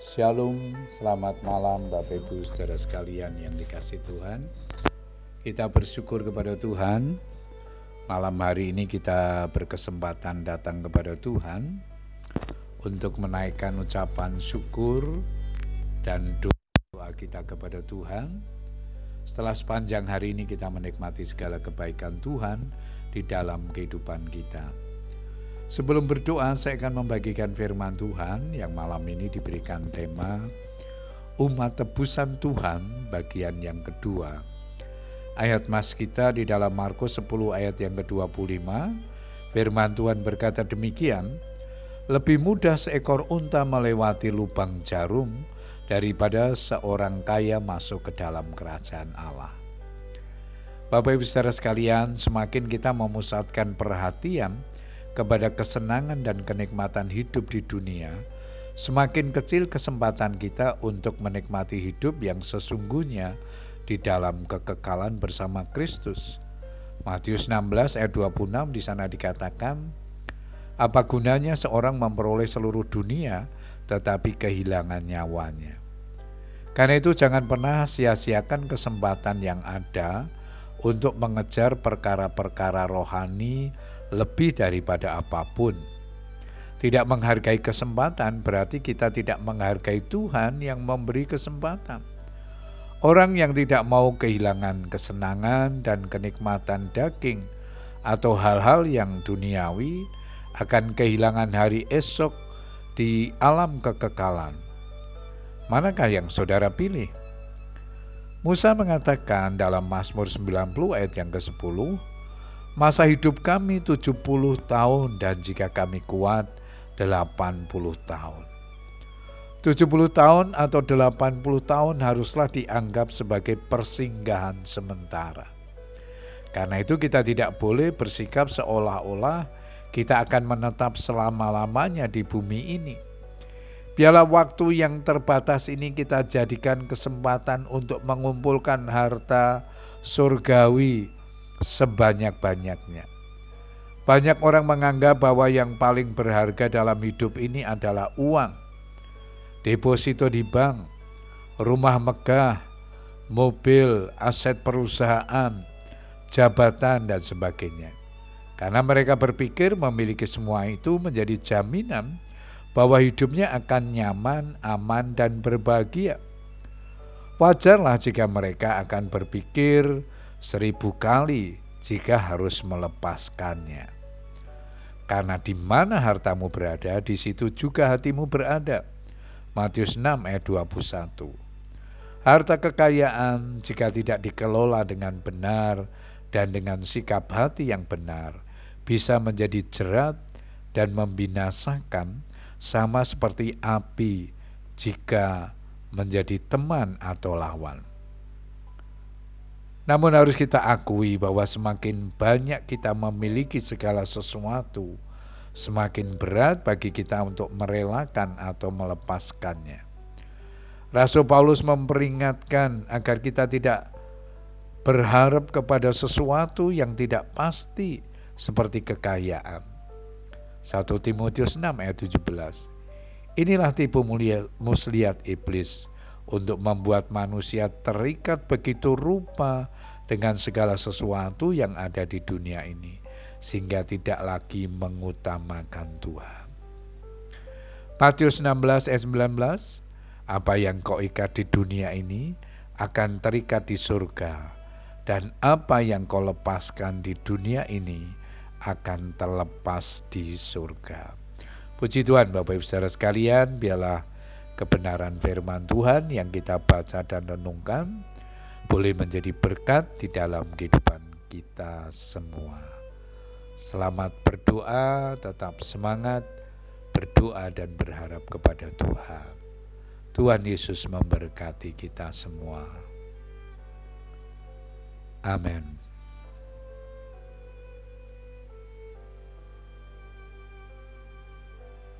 Shalom, selamat malam Bapak Ibu saudara sekalian yang dikasihi Tuhan. Kita bersyukur kepada Tuhan. Malam hari ini kita berkesempatan datang kepada Tuhan untuk menaikkan ucapan syukur dan doa kita kepada Tuhan. Setelah sepanjang hari ini kita menikmati segala kebaikan Tuhan di dalam kehidupan kita. Sebelum berdoa, saya akan membagikan firman Tuhan yang malam ini diberikan tema Umat Tebusan Tuhan bagian yang kedua. Ayat mas kita di dalam Markus 10 ayat yang ke-25, firman Tuhan berkata demikian, lebih mudah seekor unta melewati lubang jarum daripada seorang kaya masuk ke dalam kerajaan Allah. Bapak Ibu saudara sekalian, semakin kita memusatkan perhatian kepada kesenangan dan kenikmatan hidup di dunia, semakin kecil kesempatan kita untuk menikmati hidup yang sesungguhnya di dalam kekekalan bersama Kristus. Matius 16 ayat 26 di sana dikatakan, apa gunanya seorang memperoleh seluruh dunia tetapi kehilangan nyawanya. Karena itu jangan pernah sia-siakan kesempatan yang ada untuk mengejar perkara-perkara rohani lebih daripada apapun. Tidak menghargai kesempatan berarti kita tidak menghargai Tuhan yang memberi kesempatan. Orang yang tidak mau kehilangan kesenangan dan kenikmatan daging atau hal-hal yang duniawi akan kehilangan hari esok di alam kekekalan. Manakah yang saudara pilih? Musa mengatakan dalam Mazmur 90 ayat yang ke-10, masa hidup kami 70 tahun dan jika kami kuat 80 tahun. 70 tahun atau 80 tahun haruslah dianggap sebagai persinggahan sementara. Karena itu kita tidak boleh bersikap seolah-olah kita akan menetap selama-lamanya di bumi ini. Biarlah waktu yang terbatas ini kita jadikan kesempatan untuk mengumpulkan harta surgawi sebanyak-banyaknya. Banyak orang menganggap bahwa yang paling berharga dalam hidup ini adalah uang, deposito di bank, rumah megah, mobil, aset perusahaan, jabatan dan sebagainya. Karena mereka berpikir memiliki semua itu menjadi jaminan bahwa hidupnya akan nyaman, aman, dan berbahagia. Wajarlah jika mereka akan berpikir 1000 kali jika harus melepaskannya. Karena di mana hartamu berada, di situ juga hatimu berada. Matius 6 ayat 21. Harta kekayaan jika tidak dikelola dengan benar dan dengan sikap hati yang benar, bisa menjadi jerat dan membinasakan, sama seperti api jika menjadi teman atau lawan. Namun harus kita akui bahwa semakin banyak kita memiliki segala sesuatu, semakin berat bagi kita untuk merelakan atau melepaskannya. Rasul Paulus memperingatkan agar kita tidak berharap kepada sesuatu yang tidak pasti seperti kekayaan. 1 Timotius 6 ayat 17. Inilah tipu muslihat iblis untuk membuat manusia terikat begitu rupa dengan segala sesuatu yang ada di dunia ini, sehingga tidak lagi mengutamakan Tuhan. Matius 16 ayat 19. Apa yang kau ikat di dunia ini akan terikat di surga, dan apa yang kau lepaskan di dunia ini akan terlepas di surga. Puji Tuhan Bapak Ibu saudara sekalian, biarlah kebenaran firman Tuhan yang kita baca dan renungkan boleh menjadi berkat di dalam kehidupan kita semua. Selamat berdoa, tetap semangat berdoa dan berharap kepada Tuhan. Tuhan Yesus memberkati kita semua. Amin.